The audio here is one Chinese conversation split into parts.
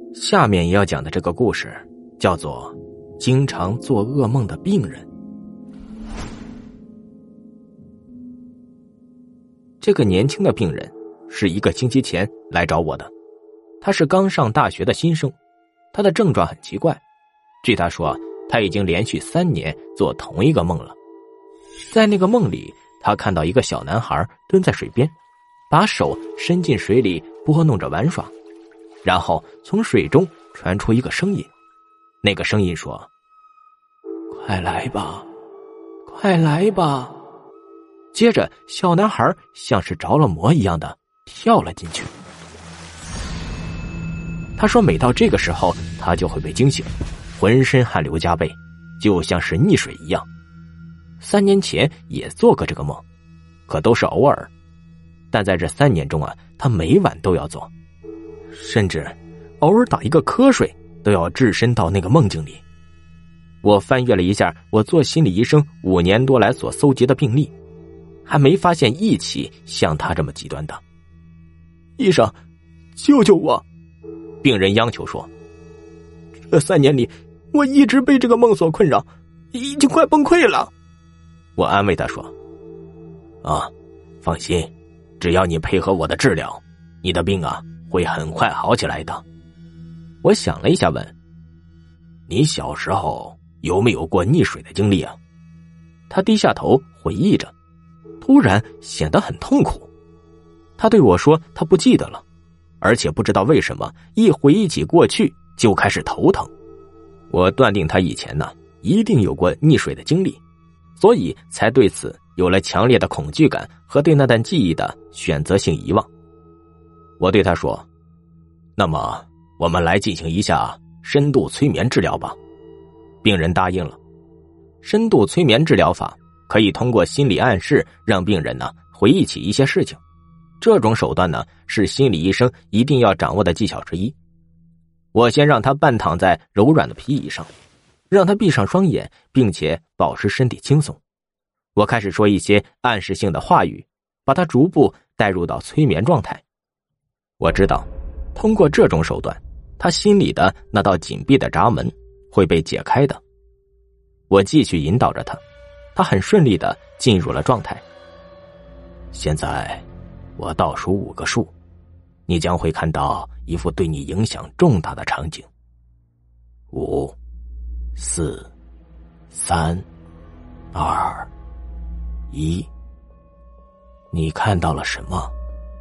下面要讲的这个故事叫做经常做噩梦的病人。这个年轻的病人是1个星期前来找我的，他是刚上大学的新生，他的症状很奇怪。据他说，他已经连续3年做同一个梦了。在那个梦里，他看到一个小男孩蹲在水边，把手伸进水里拨弄着玩耍，然后从水中传出一个声音，那个声音说：快来吧，快来吧。接着小男孩像是着了魔一样的跳了进去。他说每到这个时候他就会被惊醒，浑身汗流浃背，就像是溺水一样。3年前也做过这个梦，可都是偶尔，但在这3年中他每晚都要做，甚至偶尔打一个瞌睡都要置身到那个梦境里。我翻阅了一下我做心理医生5年多来所搜集的病例，还没发现一起像他这么极端的。医生，救救我！病人央求说，这3年里我一直被这个梦所困扰，已经快崩溃了。我安慰他说，放心，只要你配合我的治疗，你的病会很快好起来的。我想了一下问，你小时候有没有过溺水的经历啊？他低下头回忆着，突然显得很痛苦。他对我说他不记得了，而且不知道为什么一回忆起过去就开始头疼。我断定他以前一定有过溺水的经历，所以才对此有了强烈的恐惧感和对那段记忆的选择性遗忘。我对他说，那么我们来进行一下深度催眠治疗吧。病人答应了。深度催眠治疗法可以通过心理暗示让病人回忆起一些事情，这种手段是心理医生一定要掌握的技巧之一。我先让他半躺在柔软的皮椅上，让他闭上双眼，并且保持身体轻松。我开始说一些暗示性的话语，把他逐步带入到催眠状态。我知道通过这种手段，他心里的那道紧闭的闸门会被解开的。我继续引导着他，他很顺利地进入了状态。现在我倒数5个数，你将会看到一幅对你影响重大的场景。5、4、3、2、1。你看到了什么？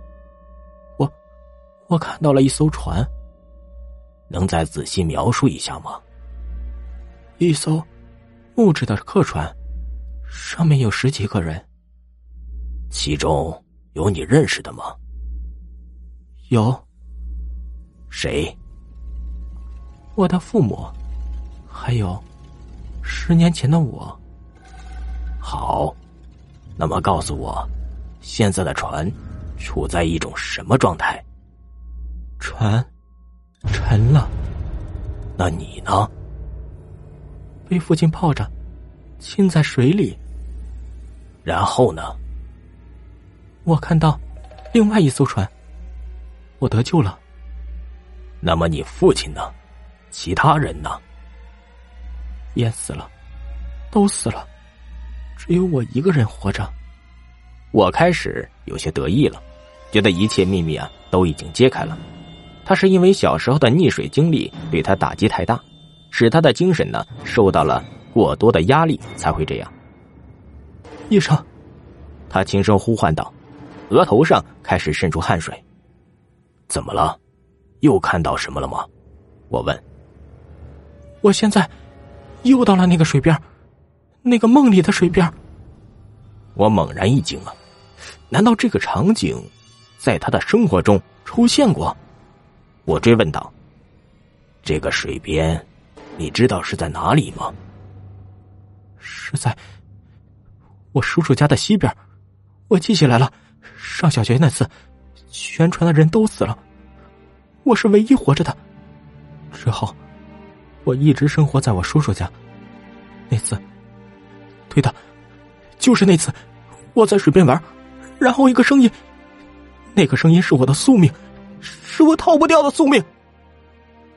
我看到了一艘船。能再仔细描述一下吗？一艘木质的客船，上面有10几个人。其中有你认识的吗？有。谁？我的父母，还有10年前的我。好，那么告诉我，现在的船处在一种什么状态？船沉了。那你呢？被父亲抱着浸在水里。然后呢？我看到另外一艘船，我得救了。那么你父亲呢？其他人呢？淹死了，都死了，只有我一个人活着。我开始有些得意了，觉得一切秘密都已经揭开了。他是因为小时候的溺水经历对他打击太大，使他的精神受到了过多的压力，才会这样。医生，他轻声呼唤道，额头上开始渗出汗水。怎么了？又看到什么了吗？我问。我现在又到了那个水边，那个梦里的水边。我猛然一惊难道这个场景在他的生活中出现过？我追问道，这个水边你知道是在哪里吗？是在我叔叔家的西边。我记起来了，上小学那次全船的人都死了，我是唯一活着的。之后我一直生活在我叔叔家。那次，对的，就是那次我在水边玩，然后一个声音，那个声音是我的宿命，是我逃不掉的宿命。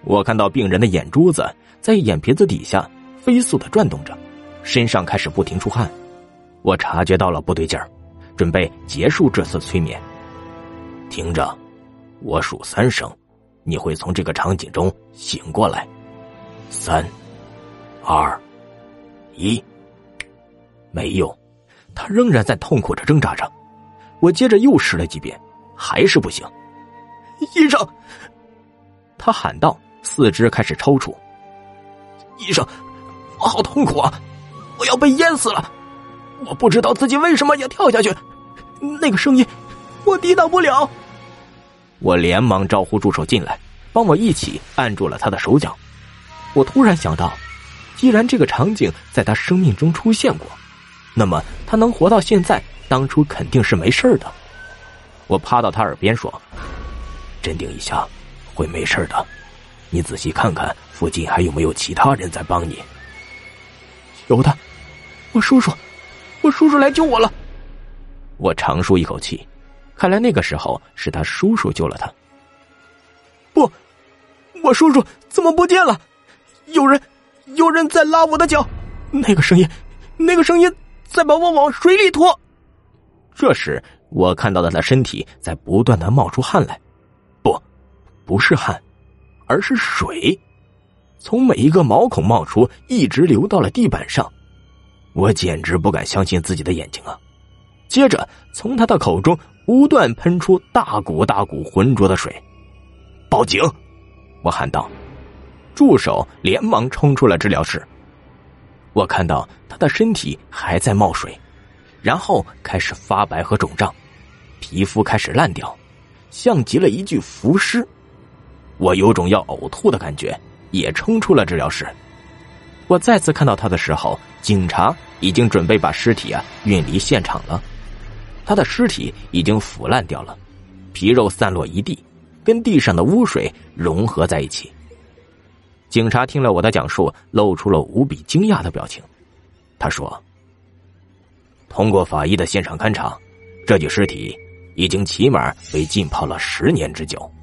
我看到病人的眼珠子在眼皮子底下飞速的转动着，身上开始不停出汗。我察觉到了不对劲儿，准备结束这次催眠。听着，我数3声，你会从这个场景中醒过来。3、2、1。没用，他仍然在痛苦着挣扎着。我接着又试了几遍，还是不行。医生，他喊道，四肢开始抽搐。医生，我好痛苦啊，我要被淹死了。我不知道自己为什么要跳下去，那个声音我抵挡不了。我连忙招呼助手进来，帮我一起按住了他的手脚。我突然想到，既然这个场景在他生命中出现过，那么他能活到现在，当初肯定是没事的。我趴到他耳边说，镇定一下，会没事的。你仔细看看附近还有没有其他人在帮你。有的，我叔叔来救我了。我长舒一口气，看来那个时候是他叔叔救了他。不，我叔叔怎么不见了？有人在拉我的脚，那个声音在把我往水里拖。这时我看到了他身体在不断的冒出汗来，不是汗，而是水，从每一个毛孔冒出，一直流到了地板上。我简直不敢相信自己的眼睛啊！接着从他的口中不断喷出大股浑浊的水。报警！我喊道。助手连忙冲出了治疗室。我看到他的身体还在冒水，然后开始发白和肿胀，皮肤开始烂掉，像极了一具浮尸。我有种要呕吐的感觉，也冲出了治疗室。我再次看到他的时候，警察已经准备把尸体运离现场了。他的尸体已经腐烂掉了，皮肉散落一地，跟地上的污水融合在一起。警察听了我的讲述，露出了无比惊讶的表情。他说，通过法医的现场勘查，这具尸体已经起码被浸泡了10年之久。